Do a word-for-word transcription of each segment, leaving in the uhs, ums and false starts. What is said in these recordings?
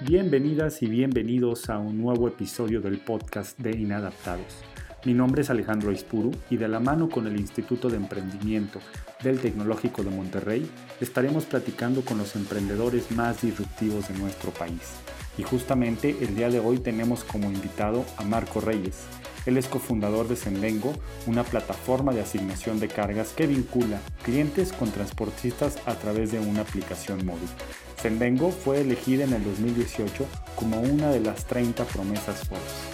Bienvenidas y bienvenidos a un nuevo episodio del podcast de Inadaptados. Mi nombre es Alejandro Aispuru y de la mano con el Instituto de Emprendimiento del Tecnológico de Monterrey estaremos platicando con los emprendedores más disruptivos de nuestro país. Y justamente el día de hoy tenemos como invitado a Marco Reyes. Él es cofundador de Sendengo, una plataforma de asignación de cargas que vincula clientes con transportistas a través de una aplicación móvil. Sendengo fue elegida en el dos mil dieciocho como una de las treinta promesas Forbes.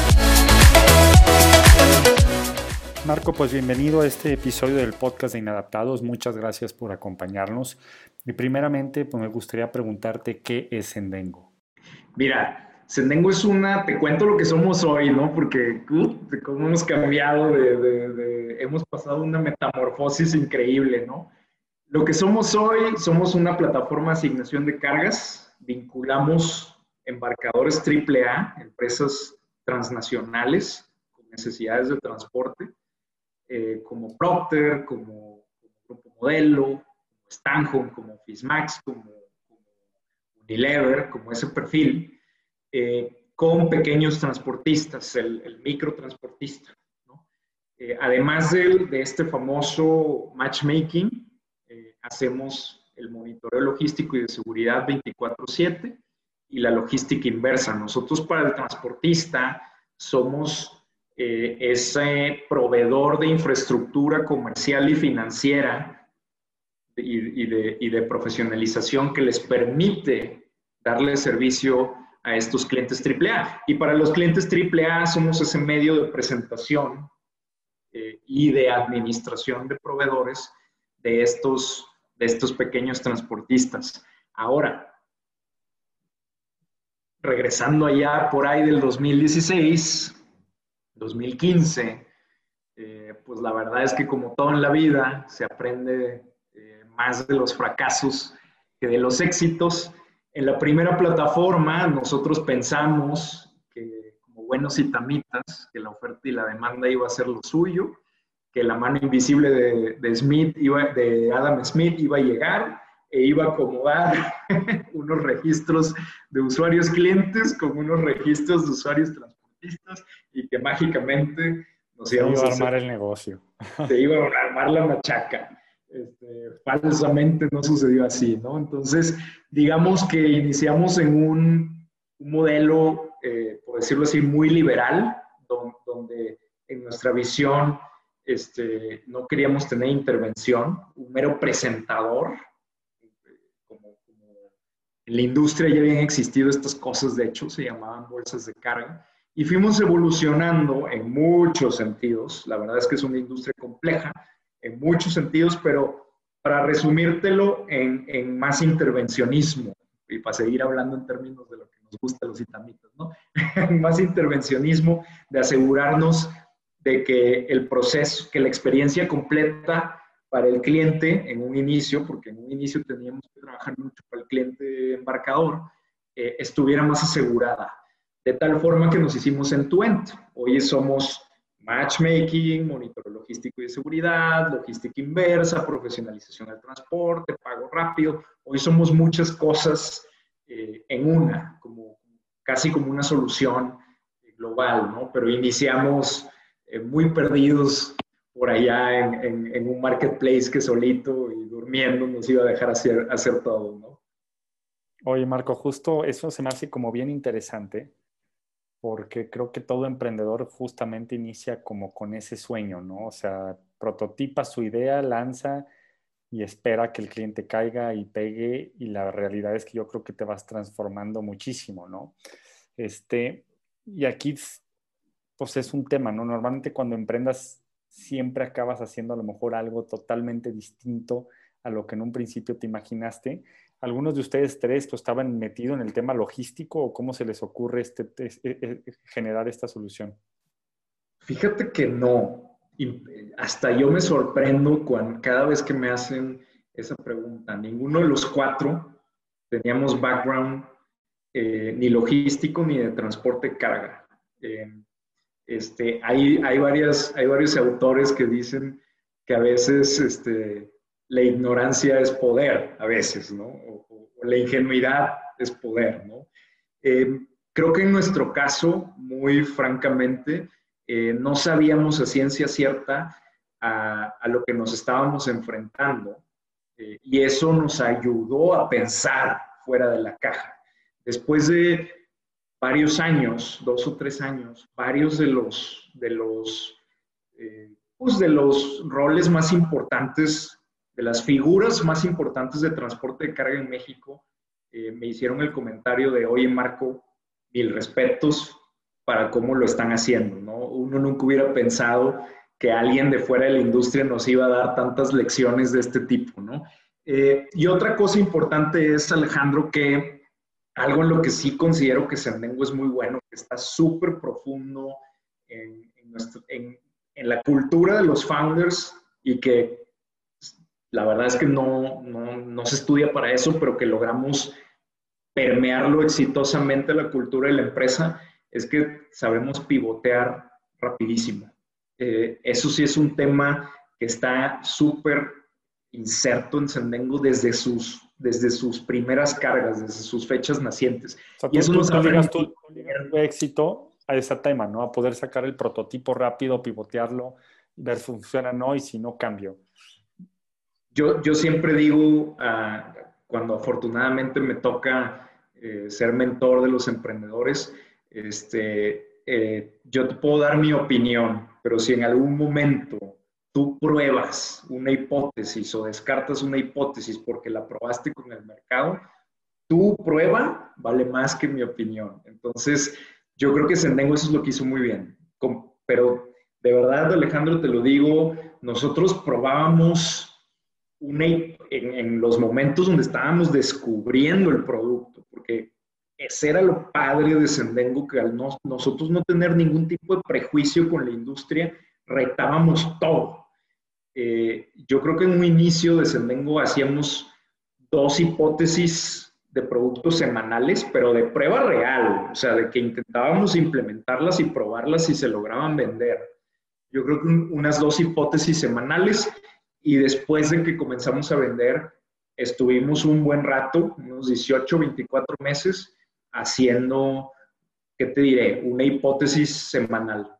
Marco, pues bienvenido a este episodio del podcast de Inadaptados. Muchas gracias por acompañarnos. Y primeramente, pues me gustaría preguntarte qué es Sendengo. Mira, Sendengo es una, te cuento lo que somos hoy, ¿no? Porque uh, de cómo hemos cambiado, de, de, de, hemos pasado una metamorfosis increíble, ¿no? Lo que somos hoy, somos una plataforma de asignación de cargas, vinculamos embarcadores triple A, empresas transnacionales con necesidades de transporte, eh, como Procter, como, como Grupo Modelo, como Stanhome, como Fismax, como, como Unilever, como ese perfil. Eh, con pequeños transportistas, el, el microtransportista, ¿no? Eh, además de, de este famoso matchmaking, eh, hacemos el monitoreo logístico y de seguridad veinticuatro siete y la logística inversa. Nosotros para el transportista somos eh, ese proveedor de infraestructura comercial y financiera y, y, de, y de profesionalización que les permite darle servicio a estos clientes triple A. Y para los clientes triple A somos ese medio de presentación eh, y de administración de proveedores de estos, de estos pequeños transportistas. Ahora, regresando allá por ahí del dos mil dieciséis, dos mil quince, eh, pues la verdad es que como todo en la vida, se aprende eh, más de los fracasos que de los éxitos. En la primera plataforma nosotros pensamos que como buenos itamitas, que la oferta y la demanda iba a ser lo suyo, que la mano invisible de, de, Smith iba, de Adam Smith iba a llegar e iba a acomodar unos registros de usuarios clientes con unos registros de usuarios transportistas y que mágicamente nos íbamos se iba a a armar hacer, el negocio. Se iba a armar la machaca. Este, falsamente no sucedió así, ¿no? Entonces, digamos que iniciamos en un, un modelo, eh, por decirlo así, muy liberal, don, donde en nuestra visión este, no queríamos tener intervención, un mero presentador. Como, como en la industria ya habían existido estas cosas, de hecho, se llamaban bolsas de carga, y fuimos evolucionando en muchos sentidos. La verdad es que es una industria compleja, en muchos sentidos, pero para resumírtelo en, en más intervencionismo, y para seguir hablando en términos de lo que nos gusta a los itamitas, ¿no? Más intervencionismo, de asegurarnos de que el proceso, que la experiencia completa para el cliente en un inicio, porque en un inicio teníamos que trabajar mucho para el cliente embarcador, eh, estuviera más asegurada, de tal forma que nos hicimos end-to-end. Hoy somos matchmaking, monitoreo logístico y de seguridad, logística inversa, profesionalización del transporte, pago rápido. Hoy somos muchas cosas eh, en una, como, casi como una solución global, ¿no? Pero iniciamos eh, muy perdidos por allá en, en, en un marketplace que solito y durmiendo nos iba a dejar hacer, hacer todo, ¿no? Oye, Marco, justo eso se me hace como bien interesante, porque creo que todo emprendedor justamente inicia como con ese sueño, ¿no? O sea, prototipa su idea, lanza y espera que el cliente caiga y pegue, y la realidad es que yo creo que te vas transformando muchísimo, ¿no? Este, y aquí, pues es un tema, ¿no? Normalmente cuando emprendas siempre acabas haciendo a lo mejor algo totalmente distinto a lo que en un principio te imaginaste. ¿Algunos de ustedes tres pues, estaban metidos en el tema logístico o cómo se les ocurre este, este, generar esta solución? Fíjate que no. Y hasta yo me sorprendo cuando, cada vez que me hacen esa pregunta. Ninguno de los cuatro teníamos background eh, ni logístico ni de transporte carga. Eh, este, hay, hay, varias, hay varios autores que dicen que a veces este, la ignorancia es poder, a veces, ¿no? O, o la ingenuidad es poder, ¿no? Eh, creo que en nuestro caso, muy francamente, eh, no sabíamos a ciencia cierta a, a lo que nos estábamos enfrentando, eh, y eso nos ayudó a pensar fuera de la caja. Después de varios años, dos o tres años, varios de los, de los, eh, pues de los roles más importantes, de las figuras más importantes de transporte de carga en México, eh, me hicieron el comentario de, oye Marco, mil respetos para cómo lo están haciendo, ¿no? Uno nunca hubiera pensado que alguien de fuera de la industria nos iba a dar tantas lecciones de este tipo, ¿no? Eh, y otra cosa importante es, Alejandro, que algo en lo que sí considero que Sendengo es muy bueno, que está súper profundo en, en, nuestro, en, en, la cultura de los founders y que la verdad es que no, no, no se estudia para eso, pero que logramos permearlo exitosamente a la cultura de la empresa, es que sabemos pivotear rapidísimo. Eh, eso sí es un tema que está súper inserto en Sendengo desde sus, desde sus primeras cargas, desde sus fechas nacientes. O sea, Y tú, eso tú, nos tú ha ligas, permitido... tú, tú ligas tu éxito a ese tema, ¿no? A poder sacar el prototipo rápido, pivotearlo, ver si funciona o no, y si no, cambio. Yo, yo siempre digo, uh, cuando afortunadamente me toca eh, ser mentor de los emprendedores, este, eh, yo te puedo dar mi opinión, pero si en algún momento tú pruebas una hipótesis o descartas una hipótesis porque la probaste con el mercado, tu prueba vale más que mi opinión. Entonces, yo creo que Sendengo eso es lo que hizo muy bien. Con, pero de verdad, Alejandro, te lo digo, nosotros probábamos una, en, en los momentos donde estábamos descubriendo el producto, porque ese era lo padre de Sendengo, que al no, nosotros no tener ningún tipo de prejuicio con la industria, retábamos todo. Eh, yo creo que en un inicio de Sendengo hacíamos dos hipótesis de productos semanales, pero de prueba real, o sea, de que intentábamos implementarlas y probarlas y se lograban vender. Yo creo que un, unas dos hipótesis semanales, y después de que comenzamos a vender, estuvimos un buen rato, unos dieciocho, veinticuatro meses, haciendo, ¿qué te diré? Una hipótesis semanal.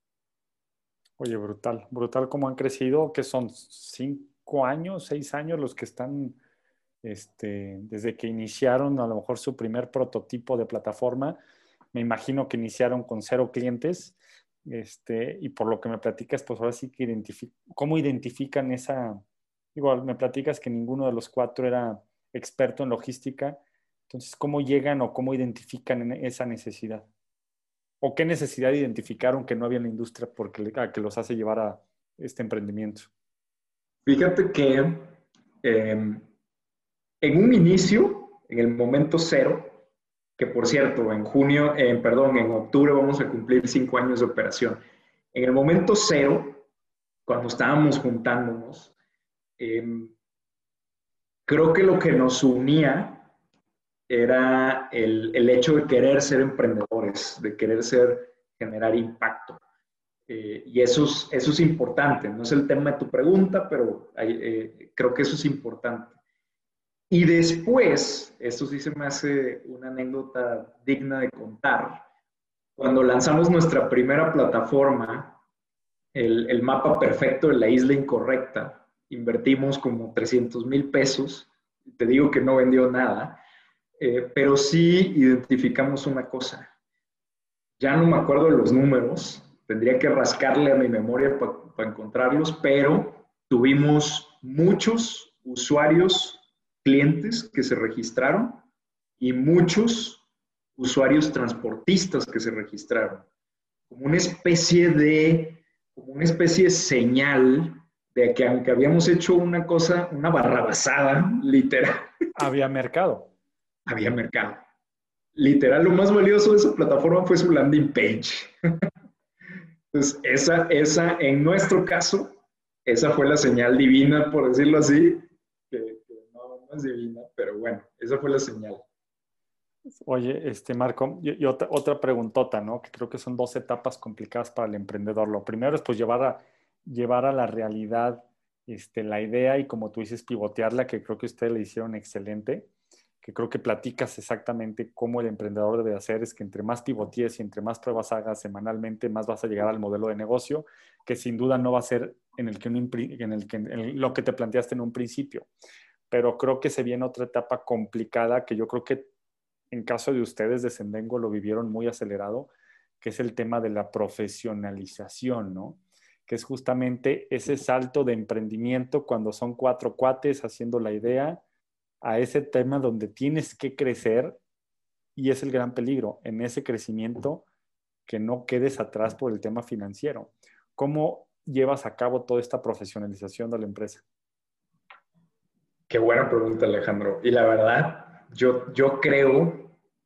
Oye, brutal, brutal cómo han crecido, que son cinco años, seis años los que están, este, desde que iniciaron a lo mejor su primer prototipo de plataforma. Me imagino que iniciaron con cero clientes, este, y por lo que me platicas, pues ahora sí que identific ¿cómo identifican esa? Igual me platicas que ninguno de los cuatro era experto en logística, entonces, ¿cómo llegan o cómo identifican esa necesidad? ¿O qué necesidad identificaron que no había en la industria porque a que los hace llevar a este emprendimiento? Fíjate que eh, en un inicio, en el momento cero, que por cierto, en junio, eh, perdón, en octubre vamos a cumplir cinco años de operación. En el momento cero, cuando estábamos juntándonos, eh, creo que lo que nos unía era el, el, hecho de querer ser emprendedores, de querer ser, generar impacto. Eh, y eso es, eso es importante, no es el tema de tu pregunta, pero hay, eh, creo que eso es importante. Y después, esto sí se me hace una anécdota digna de contar, cuando lanzamos nuestra primera plataforma, el, el mapa perfecto de la isla incorrecta, invertimos como trescientos mil pesos, te digo que no vendió nada, eh, pero sí identificamos una cosa. Ya no me acuerdo de los números, tendría que rascarle a mi memoria para pa encontrarlos, pero tuvimos muchos usuarios, clientes que se registraron y muchos usuarios transportistas que se registraron. Como una especie de, como una especie de señal de que aunque habíamos hecho una cosa, una barrabasada, literal. Había mercado. Había mercado. Literal, lo más valioso de esa plataforma fue su landing page. Entonces, esa, esa, en nuestro caso, esa fue la señal divina, por decirlo así, que, que no, no es divina, pero bueno, esa fue la señal. Oye, este Marco, y, y otra, otra preguntota, ¿no? Que creo que son dos etapas complicadas para el emprendedor. Lo primero es pues llevar a, llevar a la realidad este, la idea y como tú dices, pivotearla, que creo que ustedes le hicieron excelente. que creo que platicas exactamente cómo el emprendedor debe hacer, es que entre más pivotees y entre más pruebas hagas semanalmente, más vas a llegar al modelo de negocio, que sin duda no va a ser en el que, un, en el que en lo que te planteaste en un principio. Pero creo que se viene otra etapa complicada que yo creo que en caso de ustedes de Sendengo lo vivieron muy acelerado, que es el tema de la profesionalización, ¿no? Que es justamente ese salto de emprendimiento cuando son cuatro cuates haciendo la idea a ese tema donde tienes que crecer, y es el gran peligro en ese crecimiento, que no quedes atrás por el tema financiero. ¿Cómo llevas a cabo toda esta profesionalización de la empresa? Qué buena pregunta, Alejandro. Y la verdad, yo, yo creo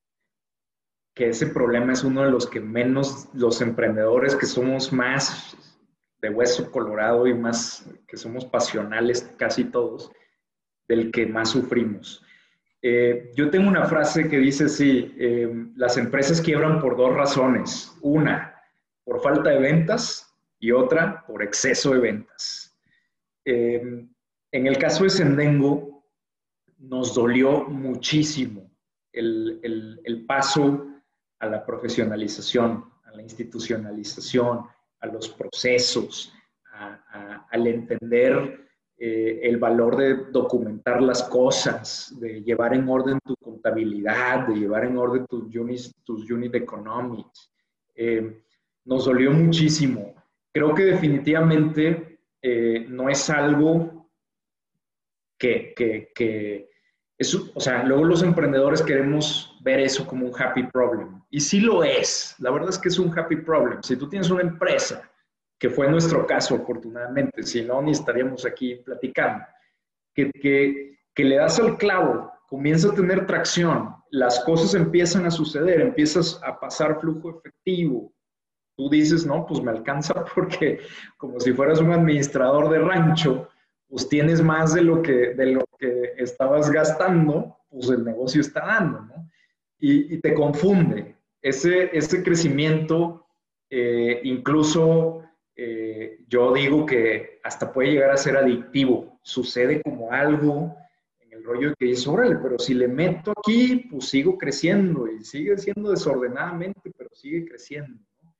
que ese problema es uno de los que menos los emprendedores que somos más de hueso colorado y más que somos pasionales casi todos, del que más sufrimos. Eh, yo tengo una frase que dice así, eh, las empresas quiebran por dos razones. Una, por falta de ventas y otra, por exceso de ventas. Eh, en el caso de Sendengo, nos dolió muchísimo el, el, el paso a la profesionalización, a la institucionalización, a los procesos, a, a, al entender eh, el valor de documentar las cosas, de llevar en orden tu contabilidad, de llevar en orden tus unit, tus unit economics. Eh, nos dolió muchísimo. Creo que definitivamente eh, no es algo que, que, que eso, o sea, luego los emprendedores queremos ver eso como un happy problem. Y sí lo es. La verdad es que es un happy problem. Si tú tienes una empresa, que fue nuestro caso, afortunadamente, si no, ni estaríamos aquí platicando, que, que, que le das al clavo, comienza a tener tracción, las cosas empiezan a suceder, empiezas a pasar flujo efectivo. Tú dices, no, pues me alcanza porque como si fueras un administrador de rancho, pues tienes más de lo que, de lo que estabas gastando, pues el negocio está dando, ¿no? Y, y te confunde. Ese, ese crecimiento, eh, incluso eh, yo digo que hasta puede llegar a ser adictivo. Sucede como algo en el rollo que dices, órale, pero si le meto aquí, pues sigo creciendo y sigue siendo desordenadamente, pero sigue creciendo.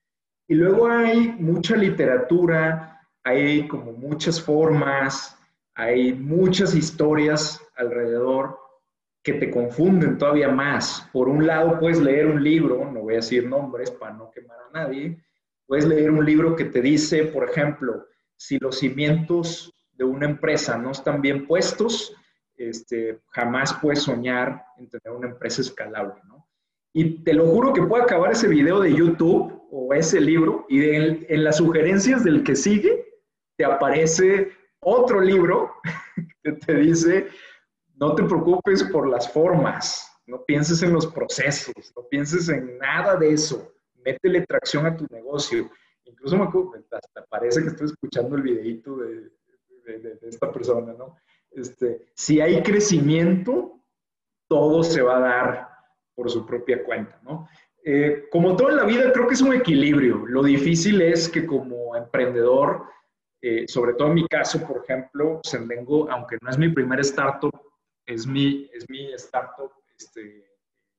Y luego hay mucha literatura, hay como muchas formas, hay muchas historias alrededor que te confunden todavía más. Por un lado puedes leer un libro, no voy a decir nombres para no quemar a nadie, puedes leer un libro que te dice, por ejemplo, si los cimientos de una empresa no están bien puestos, este, jamás puedes soñar en tener una empresa escalable, ¿no? Y te lo juro que puede acabar ese video de YouTube o ese libro y de, en, en las sugerencias del que sigue te aparece otro libro que te dice, no te preocupes por las formas, no pienses en los procesos, no pienses en nada de eso, métele tracción a tu negocio. Incluso me acuerdo, hasta parece que estoy escuchando el videito de, de, de, de esta persona, ¿no? Este, si hay crecimiento, todo se va a dar por su propia cuenta, ¿no? Eh, como todo en la vida, creo que es un equilibrio. Lo difícil es que como emprendedor, eh, sobre todo en mi caso, por ejemplo, Sendengo, aunque no es mi primer startup, es mi, es mi startup, este,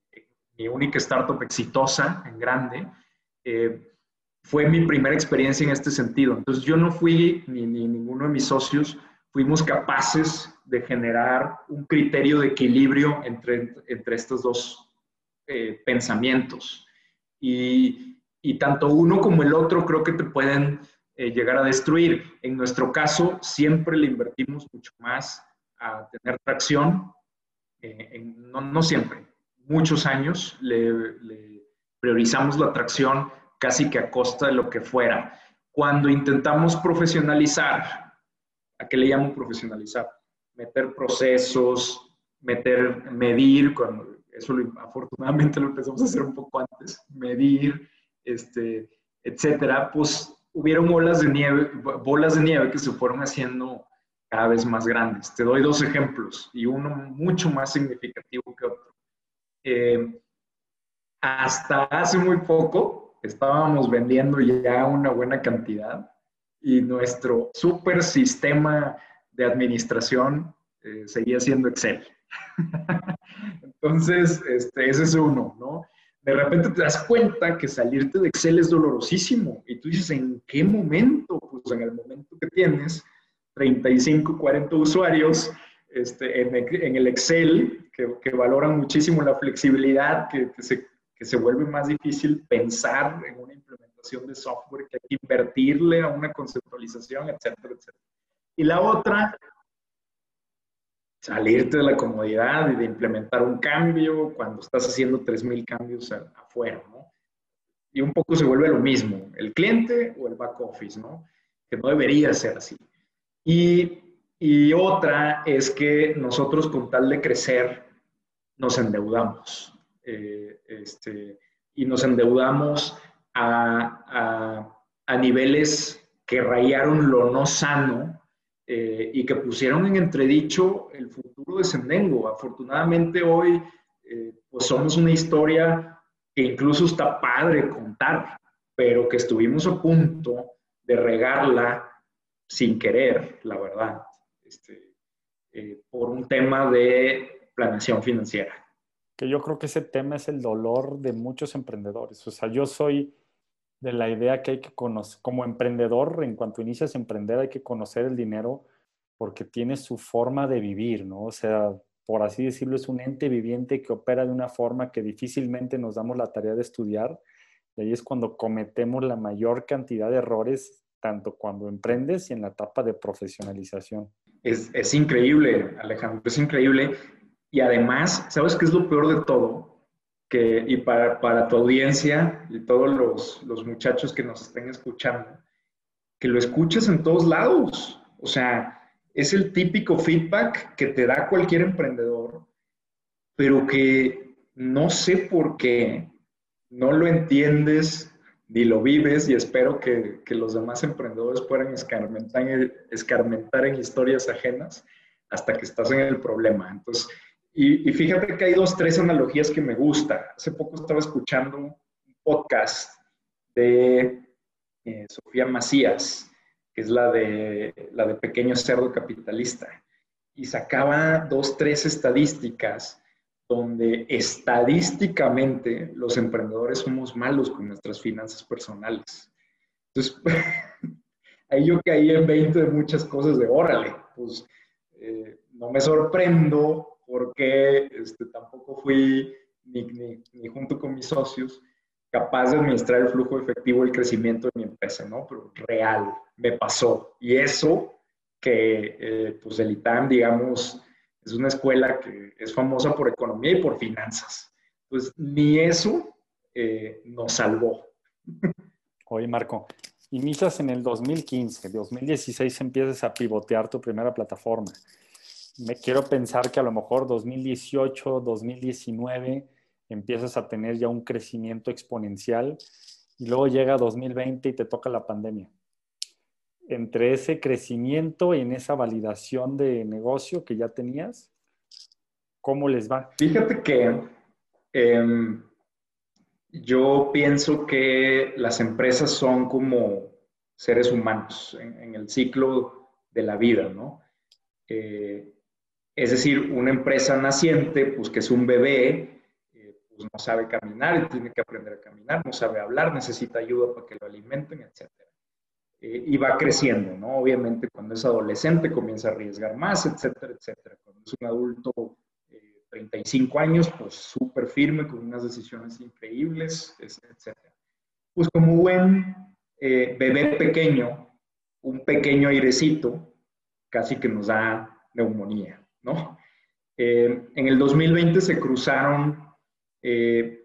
mi única startup exitosa en grande, eh, fue mi primera experiencia en este sentido. Entonces yo no fui, ni, ni ninguno de mis socios, fuimos capaces de generar un criterio de equilibrio entre, entre estos dos eh, pensamientos. Y, y tanto uno como el otro creo que te pueden eh, llegar a destruir. En nuestro caso, siempre le invertimos mucho más a tener tracción. Eh, en, no, no siempre, muchos años le, le priorizamos la tracción casi que a costa de lo que fuera. Cuando intentamos profesionalizar, ¿a qué le llamo profesionalizar? Meter procesos, meter, medir, cuando eso lo, afortunadamente lo empezamos a hacer un poco antes, medir, este, etcétera, pues hubieron bolas de nieve, bolas de nieve que se fueron haciendo cada vez más grandes. Te doy dos ejemplos y uno mucho más significativo que otro. Eh, hasta hace muy poco estábamos vendiendo ya una buena cantidad y nuestro super sistema de administración eh, seguía siendo Excel. Entonces, este, ese es uno, ¿no? De repente te das cuenta que salirte de Excel es dolorosísimo y tú dices, ¿en qué momento? Pues en el momento que tienes treinta y cinco, cuarenta usuarios este, en, en el Excel que, que valoran muchísimo la flexibilidad, que, que, se, que se vuelve más difícil pensar en una implementación de software, que hay que invertirle a una conceptualización, etcétera, etcétera. Y la otra, salirte de la comodidad y de implementar un cambio cuando estás haciendo tres mil cambios afuera, ¿no? Y un poco se vuelve lo mismo, el cliente o el back office, ¿no? Que no debería ser así. Y, y otra es que nosotros con tal de crecer nos endeudamos. Eh, este, y nos endeudamos a, a, a niveles que rayaron lo no sano eh, y que pusieron en entredicho el futuro de Sendengo. Afortunadamente hoy eh, pues somos una historia que incluso está padre contar, pero que estuvimos a punto de regarla sin querer, la verdad, este, eh, por un tema de planeación financiera. Que yo creo que ese tema es el dolor de muchos emprendedores. O sea, yo soy de la idea que hay que conocer, como emprendedor, en cuanto inicias a emprender, hay que conocer el dinero porque tiene su forma de vivir, ¿no? O sea, por así decirlo, es un ente viviente que opera de una forma que difícilmente nos damos la tarea de estudiar. Y ahí es cuando cometemos la mayor cantidad de errores, tanto cuando emprendes y en la etapa de profesionalización. Es, es increíble, Alejandro, es increíble. Y además, ¿sabes qué es lo peor de todo? Que, y para, para tu audiencia y todos los, los muchachos que nos estén escuchando, que lo escuches en todos lados. O sea, es el típico feedback que te da cualquier emprendedor, pero que no sé por qué no lo entiendes ni lo vives, y espero que, que los demás emprendedores puedan escarmentar, escarmentar en historias ajenas hasta que estás en el problema. Entonces, y, y fíjate que hay dos, tres analogías que me gustan. Hace poco estaba escuchando un podcast de eh, Sofía Macías, que es la de, la de Pequeño Cerdo Capitalista, y sacaba dos, tres estadísticas donde estadísticamente los emprendedores somos malos con nuestras finanzas personales. Entonces, ahí yo caí en veinte de muchas cosas de órale, pues eh, no me sorprendo porque este, tampoco fui, ni, ni, ni junto con mis socios, capaz de administrar el flujo efectivo y el crecimiento de mi empresa, ¿no? Pero real, me pasó. Y eso que, eh, pues el I T A M, digamos, es una escuela que es famosa por economía y por finanzas. Pues ni eso eh, nos salvó. Oye, Marco, inicias en el dos mil quince, dos mil dieciséis empiezas a pivotear tu primera plataforma. Me quiero pensar que a lo mejor dos mil dieciocho, dos mil diecinueve empiezas a tener ya un crecimiento exponencial y luego llega dos mil veinte y te toca la pandemia. Entre ese crecimiento y en esa validación de negocio que ya tenías, ¿cómo les va? Fíjate que eh, yo pienso que las empresas son como seres humanos en, en el ciclo de la vida, ¿no? Eh, es decir, una empresa naciente, pues que es un bebé, eh, pues no sabe caminar y tiene que aprender a caminar, no sabe hablar, necesita ayuda para que lo alimenten, etcétera. Eh, y va creciendo, ¿no? Obviamente cuando es adolescente comienza a arriesgar más, etcétera, etcétera. Cuando es un adulto, eh, treinta y cinco años, pues súper firme, con unas decisiones increíbles, etcétera. Pues como buen eh, bebé pequeño, un pequeño airecito, casi que nos da neumonía, ¿no? Eh, en el dos mil veinte se cruzaron eh,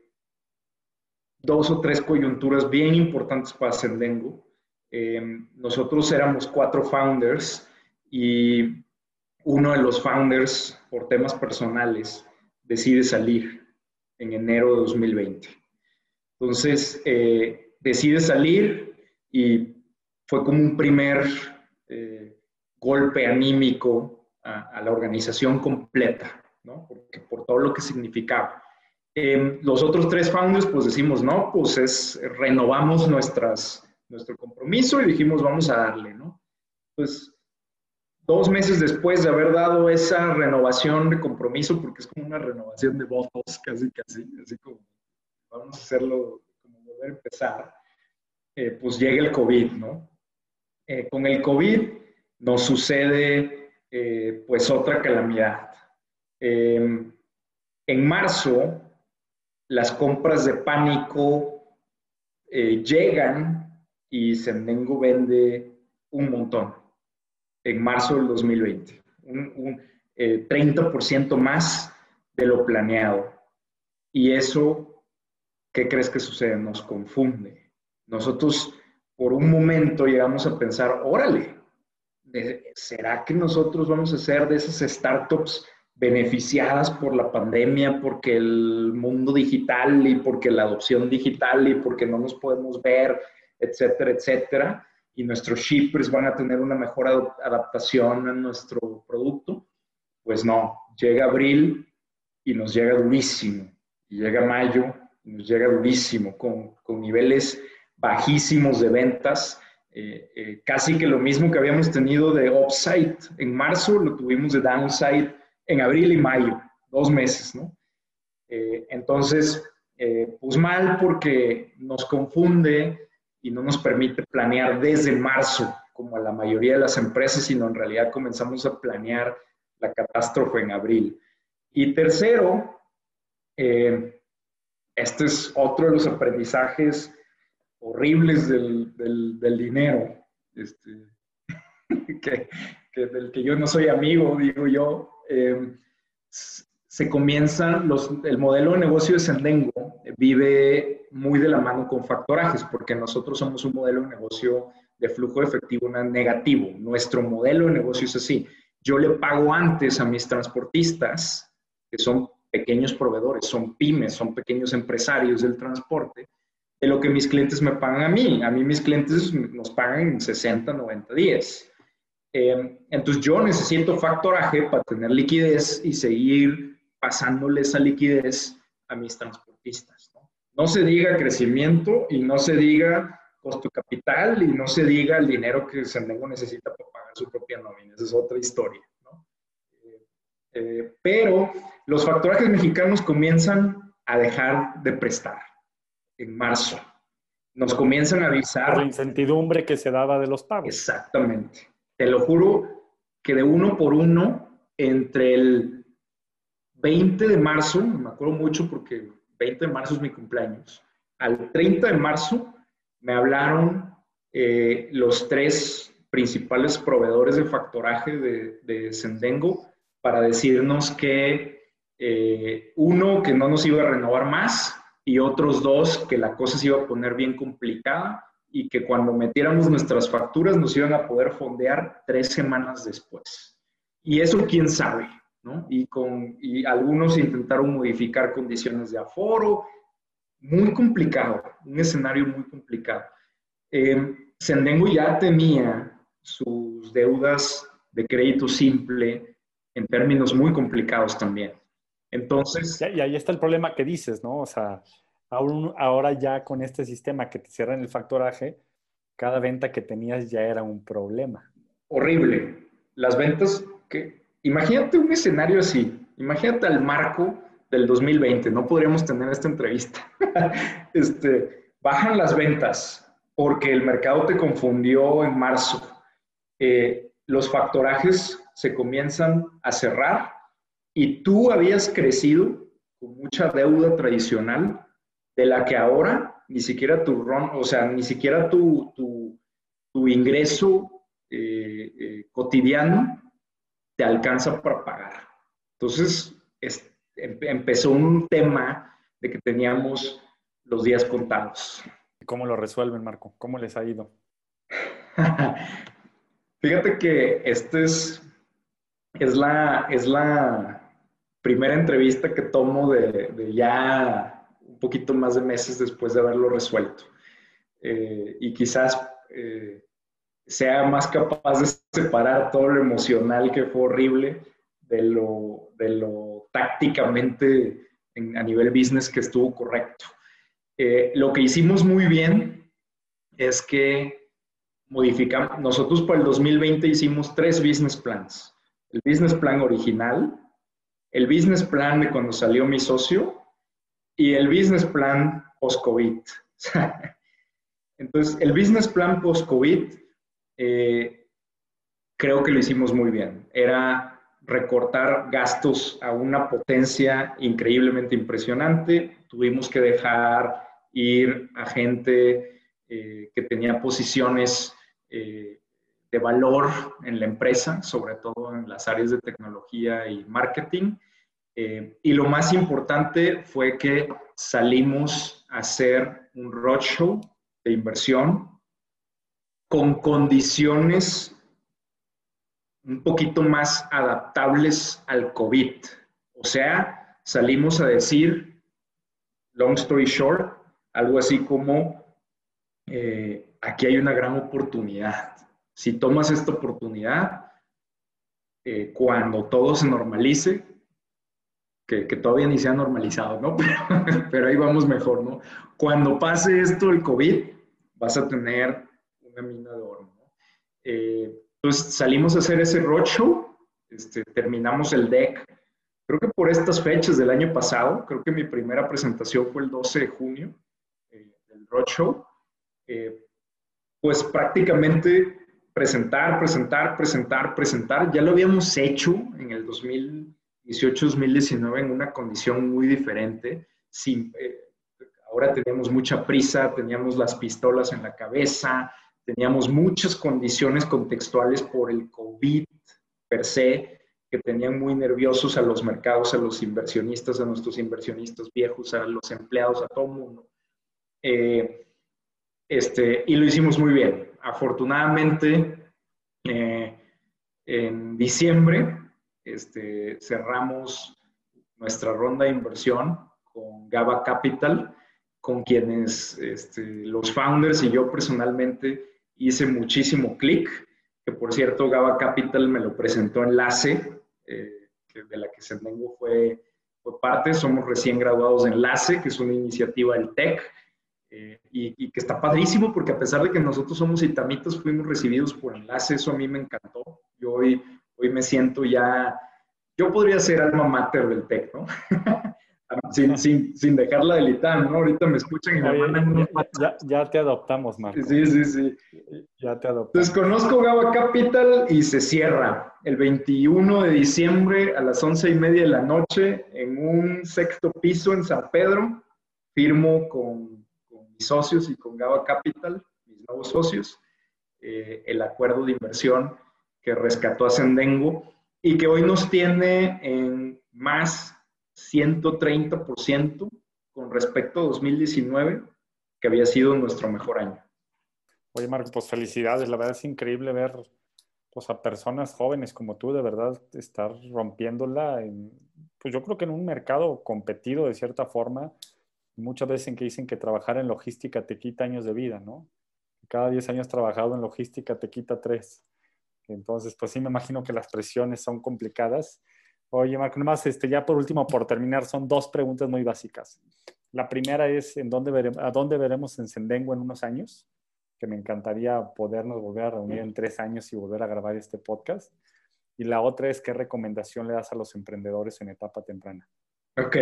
dos o tres coyunturas bien importantes para Sendengo. Eh, nosotros éramos cuatro founders y uno de los founders, por temas personales, decide salir en enero de dos mil veinte. Entonces, eh, decide salir y fue como un primer eh, golpe anímico a, a, la organización completa, ¿no? Porque, por todo lo que significaba. Eh, los otros tres founders, pues decimos, no, pues es, renovamos nuestras, nuestro compromiso y dijimos, vamos a darle, ¿no? Pues dos meses después de haber dado esa renovación de compromiso, porque es como una renovación de votos, casi, casi, así como vamos a hacerlo, como volver a empezar, eh, pues llega el COVID, ¿no? Eh, con el COVID nos sucede eh, pues otra calamidad. Eh, en marzo, las compras de pánico eh, llegan y Sendengo vende un montón en marzo del dos mil veinte, un, un eh, treinta por ciento más de lo planeado. Y eso, ¿qué crees que sucede? Nos confunde. Nosotros por un momento llegamos a pensar, órale, ¿será que nosotros vamos a ser de esas startups beneficiadas por la pandemia, porque el mundo digital y porque la adopción digital y porque no nos podemos ver, etcétera, etcétera? Y nuestros shippers van a tener una mejor adaptación a nuestro producto? Pues no, llega abril y nos llega durísimo, y llega mayo y nos llega durísimo, con, con niveles bajísimos de ventas, eh, eh, casi que lo mismo que habíamos tenido de upside en marzo, lo tuvimos de downside en abril y mayo, dos meses, ¿no? Eh, entonces, eh, pues mal, porque nos confunde y no nos permite planear desde marzo, como a la mayoría de las empresas, sino en realidad comenzamos a planear la catástrofe en abril. Y tercero, eh, este es otro de los aprendizajes horribles del, del, del dinero, este, que, que, del que yo no soy amigo, digo yo. Eh, se comienzan, los, el modelo de negocio de Sendengo vive muy de la mano con factorajes, porque nosotros somos un modelo de negocio de flujo de efectivo negativo. Nuestro modelo de negocio es así. Yo le pago antes a mis transportistas, que son pequeños proveedores, son pymes, son pequeños empresarios del transporte, de lo que mis clientes me pagan a mí. A mí mis clientes nos pagan en sesenta, noventa días. Eh, entonces yo necesito factoraje para tener liquidez y seguir pasándole esa liquidez a mis transportistas, ¿no? No se diga crecimiento y no se diga costo de capital y no se diga el dinero que Sendengo necesita para pagar su propia nómina. Esa es otra historia, ¿no? Eh, eh, pero los factorajes mexicanos comienzan a dejar de prestar en marzo. Nos comienzan a avisar. Por la incertidumbre que se daba de los pagos. Exactamente. Te lo juro que de uno por uno, entre el veinte de marzo, me acuerdo mucho porque veinte de marzo es mi cumpleaños, al treinta de marzo me hablaron eh, los tres principales proveedores de factoraje de, de Sendengo para decirnos que eh, uno, que no nos iba a renovar más, y otros dos, que la cosa se iba a poner bien complicada y que cuando metiéramos nuestras facturas nos iban a poder fondear tres semanas después. Y eso quién sabe, ¿no? Y, con, y algunos intentaron modificar condiciones de aforo. Muy complicado, un escenario muy complicado. Eh, Sendengo ya tenía sus deudas de crédito simple en términos muy complicados también. Entonces... Y ahí está el problema que dices, ¿no? O sea, ahora ya con este sistema que te cierran el factoraje, cada venta que tenías ya era un problema. Horrible. Las ventas que... Imagínate un escenario así. Imagínate al Marco del dos mil veinte. No podríamos tener esta entrevista. este, bajan las ventas porque el mercado te confundió en marzo. Eh, los factorajes se comienzan a cerrar y tú habías crecido con mucha deuda tradicional de la que ahora ni siquiera tu ron, o sea, ni siquiera tu, tu, tu ingreso eh, eh, cotidiano te alcanza para pagar. Entonces, es, em, empezó un tema de que teníamos los días contados. ¿Cómo lo resuelven, Marco? ¿Cómo les ha ido? Fíjate que esta es, es, la, es la primera entrevista que tomo de, de ya un poquito más de meses después de haberlo resuelto. Eh, y quizás eh, sea más capaz de separar todo lo emocional que fue horrible de lo, de lo tácticamente en, a nivel business que estuvo correcto. Eh, lo que hicimos muy bien es que modificamos, nosotros para el dos mil veinte hicimos tres business plans. El business plan original, el business plan de cuando salió mi socio y el business plan post-COVID. Entonces, el business plan post-COVID eh, creo que lo hicimos muy bien. Era recortar gastos a una potencia increíblemente impresionante. Tuvimos que dejar ir a gente eh, que tenía posiciones eh, de valor en la empresa, sobre todo en las áreas de tecnología y marketing. Eh, y lo más importante fue que salimos a hacer un roadshow de inversión con condiciones un poquito más adaptables al COVID. O sea, salimos a decir, long story short, algo así como, eh, aquí hay una gran oportunidad. Si tomas esta oportunidad, eh, cuando todo se normalice, que, que todavía ni se ha normalizado, ¿no? Pero, pero ahí vamos mejor, ¿no? Cuando pase esto el COVID, vas a tener una mina de oro, ¿no? Eh, entonces salimos a hacer ese roadshow, este, terminamos el deck, creo que por estas fechas del año pasado, creo que mi primera presentación fue el doce de junio eh, del roadshow, eh, pues prácticamente presentar, presentar, presentar, presentar, ya lo habíamos hecho en el dos mil dieciocho dos mil diecinueve en una condición muy diferente, sin, eh, ahora teníamos mucha prisa, teníamos las pistolas en la cabeza, teníamos muchas condiciones contextuales por el COVID per se, que tenían muy nerviosos a los mercados, a los inversionistas, a nuestros inversionistas viejos, a los empleados, a todo el mundo. Eh, este, y lo hicimos muy bien. Afortunadamente, eh, en diciembre este, cerramos nuestra ronda de inversión con GABA Capital, con quienes este, los founders y yo personalmente hice muchísimo clic, que por cierto GABA Capital me lo presentó Enlace, eh, que de la que Zendengo fue, fue parte. Somos recién graduados de Enlace, que es una iniciativa del T E C, eh, y, y que está padrísimo porque a pesar de que nosotros somos itamitas, fuimos recibidos por Enlace. Eso a mí me encantó. Yo hoy, hoy me siento ya, yo podría ser alma mater del T E C, ¿no? Sin, sin, sin dejarla del ITAM, ¿no? Ahorita me escuchan y me Oye, mandan unos ya, ya, ya te adoptamos, Marco. Sí, sí, sí. Ya te adoptamos. Entonces conozco GABA Capital y se cierra el veintiuno de diciembre a las once y media de la noche en un sexto piso en San Pedro. Firmo con, con mis socios y con GABA Capital, mis nuevos socios, eh, el acuerdo de inversión que rescató a Zendengo y que hoy nos tiene en más ciento treinta por ciento con respecto a dos mil diecinueve, que había sido nuestro mejor año. Oye, Marco, pues felicidades. La verdad es increíble ver pues, a personas jóvenes como tú, de verdad, estar rompiéndola. En, pues yo creo que en un mercado competido de cierta forma, muchas veces en que dicen que trabajar en logística te quita años de vida, ¿no? Cada diez años trabajado en logística te quita tres. Entonces, pues sí me imagino que las presiones son complicadas. Oye, Marco, nomás, este, ya por último, por terminar, son dos preguntas muy básicas. La primera es, ¿en dónde vere, ¿a dónde veremos en Zendengo en unos años? Que me encantaría podernos volver a reunir en tres años y volver a grabar este podcast. Y la otra es, ¿qué recomendación le das a los emprendedores en etapa temprana? Ok.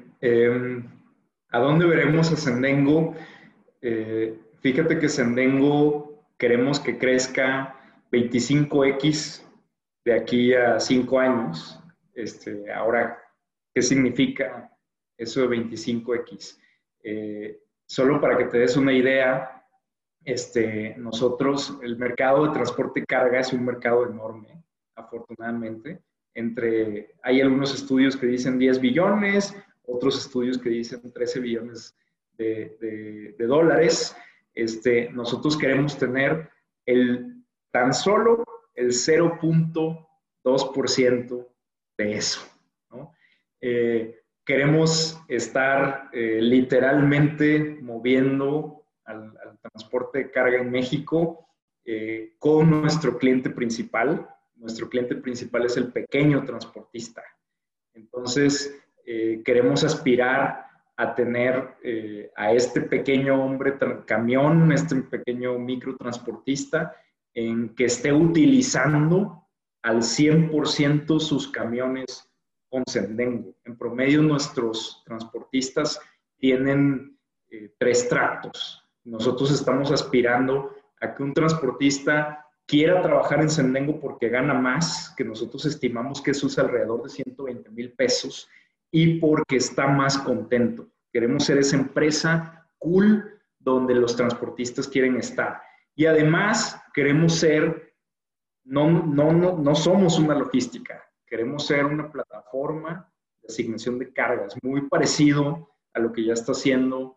Eh, ¿a dónde veremos a Zendengo? Eh, fíjate que Zendengo queremos que crezca veinticinco equis de aquí a cinco años. Este, ahora, ¿qué significa eso de veinticinco equis? Eh, solo para que te des una idea, este, nosotros, el mercado de transporte y carga es un mercado enorme, afortunadamente. Entre, hay algunos estudios que dicen diez billones, otros estudios que dicen trece billones de, de, de dólares. Este, nosotros queremos tener el, tan solo el cero punto dos por ciento de eso, ¿no? Eh, queremos estar eh, literalmente moviendo al, al transporte de carga en México eh, con nuestro cliente principal. Nuestro cliente principal es el pequeño transportista. Entonces, eh, queremos aspirar a tener eh, a este pequeño hombre camión, este pequeño microtransportista en que esté utilizando al cien por ciento sus camiones con Sendengo. En promedio, nuestros transportistas tienen eh, tres tractos. Nosotros estamos aspirando a que un transportista quiera trabajar en Sendengo porque gana más, que nosotros estimamos que eso es alrededor de ciento veinte mil pesos, y porque está más contento. Queremos ser esa empresa cool donde los transportistas quieren estar. Y además queremos ser, no, no, no, no somos una logística, queremos ser una plataforma de asignación de cargas, muy parecido a lo que ya está haciendo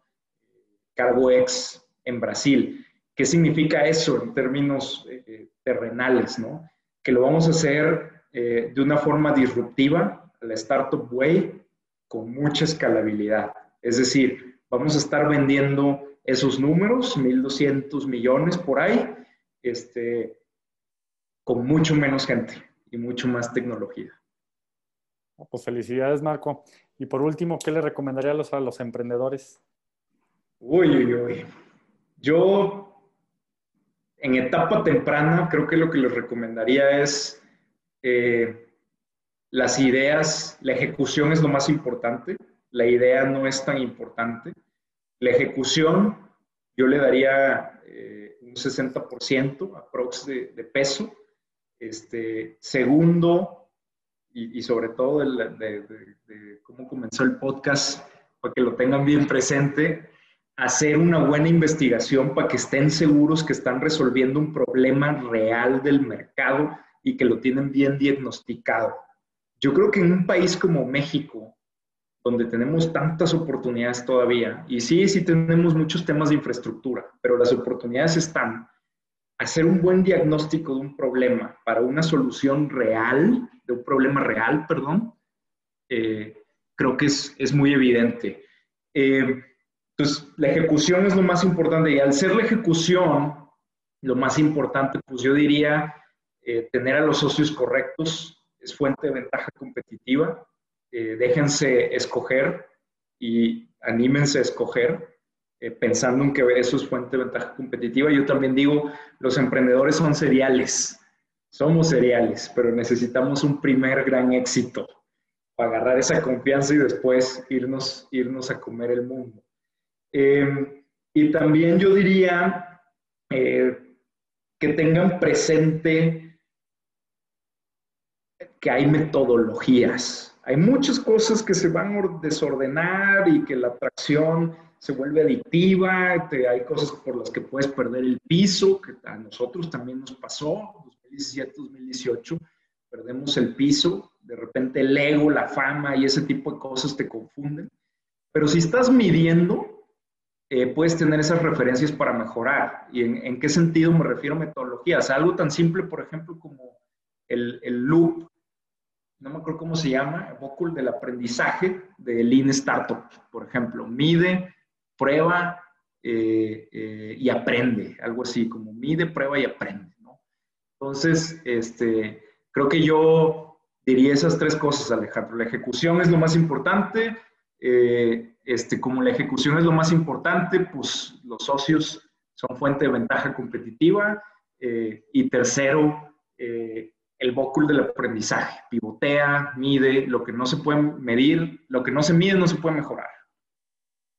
CargoX en Brasil. ¿Qué significa eso en términos eh, terrenales, ¿no? Que lo vamos a hacer eh, de una forma disruptiva, la Startup Way, con mucha escalabilidad. Es decir, vamos a estar vendiendo esos números, mil doscientos millones por ahí, este, con mucho menos gente y mucho más tecnología. Pues felicidades, Marco. Y por último, ¿qué le recomendaría a los, a los emprendedores? Uy, uy, uy. Yo, en etapa temprana, creo que lo que les recomendaría es eh, las ideas, la ejecución es lo más importante. La idea no es tan importante. La ejecución, yo le daría eh, un sesenta por ciento aprox de, de peso. Este, segundo, y, y sobre todo de, de, de, de cómo comenzó el podcast, para que lo tengan bien presente, hacer una buena investigación para que estén seguros que están resolviendo un problema real del mercado y que lo tienen bien diagnosticado. Yo creo que en un país como México, donde tenemos tantas oportunidades todavía, y sí, sí tenemos muchos temas de infraestructura, pero las oportunidades están, hacer un buen diagnóstico de un problema para una solución real, de un problema real, perdón, eh, creo que es, es muy evidente. Eh, entonces, la ejecución es lo más importante, y al ser la ejecución lo más importante, pues yo diría eh, tener a los socios correctos es fuente de ventaja competitiva. Eh, déjense escoger y anímense a escoger, eh, pensando en que eso es fuente de ventaja competitiva. Yo también digo, los emprendedores son seriales, somos seriales, pero necesitamos un primer gran éxito para agarrar esa confianza y después irnos, irnos a comer el mundo. Eh, y también yo diría eh, que tengan presente que hay metodologías. Hay muchas cosas que se van a desordenar y que la atracción se vuelve adictiva. Te, hay cosas por las que puedes perder el piso, que a nosotros también nos pasó, dos mil diecisiete, dos mil dieciocho, perdemos el piso. De repente el ego, la fama y ese tipo de cosas te confunden. Pero si estás midiendo, eh, puedes tener esas referencias para mejorar. ¿Y en, en qué sentido me refiero a metodologías? Algo tan simple, por ejemplo, como el, el loop, no me acuerdo cómo se llama, el vocul del aprendizaje de Lean Startup, por ejemplo. Mide, prueba eh, eh, y aprende, algo así, como mide, prueba y aprende, ¿no? Entonces, este, creo que yo diría esas tres cosas, Alejandro. La ejecución es lo más importante. Eh, este, como la ejecución es lo más importante, pues los socios son fuente de ventaja competitiva. Eh, y tercero, eh, el vocul del aprendizaje. Pivotea, mide, lo que no se puede medir, lo que no se mide no se puede mejorar.